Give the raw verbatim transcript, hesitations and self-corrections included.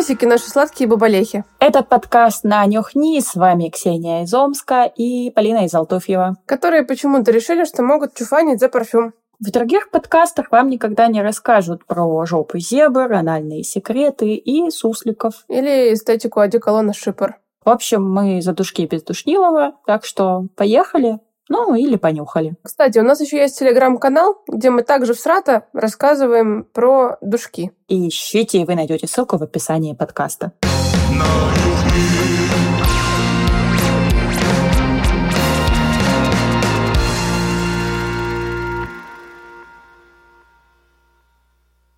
Песики наши сладкие бабалехи. Это подкаст «На нюхни». С вами Ксения из Омска и Полина из Алтуфьева. Которые почему-то решили, что могут чуфанить за парфюм. В других подкастах вам никогда не расскажут про жопы зебр, анальные секреты и сусликов. Или эстетику одеколона шипр. В общем, мы за душки без душнилова, так что поехали, ну или понюхали. Кстати, у нас еще есть телеграм-канал, где мы также в срата рассказываем про душки. И ищите, и вы найдете ссылку в описании подкаста. No.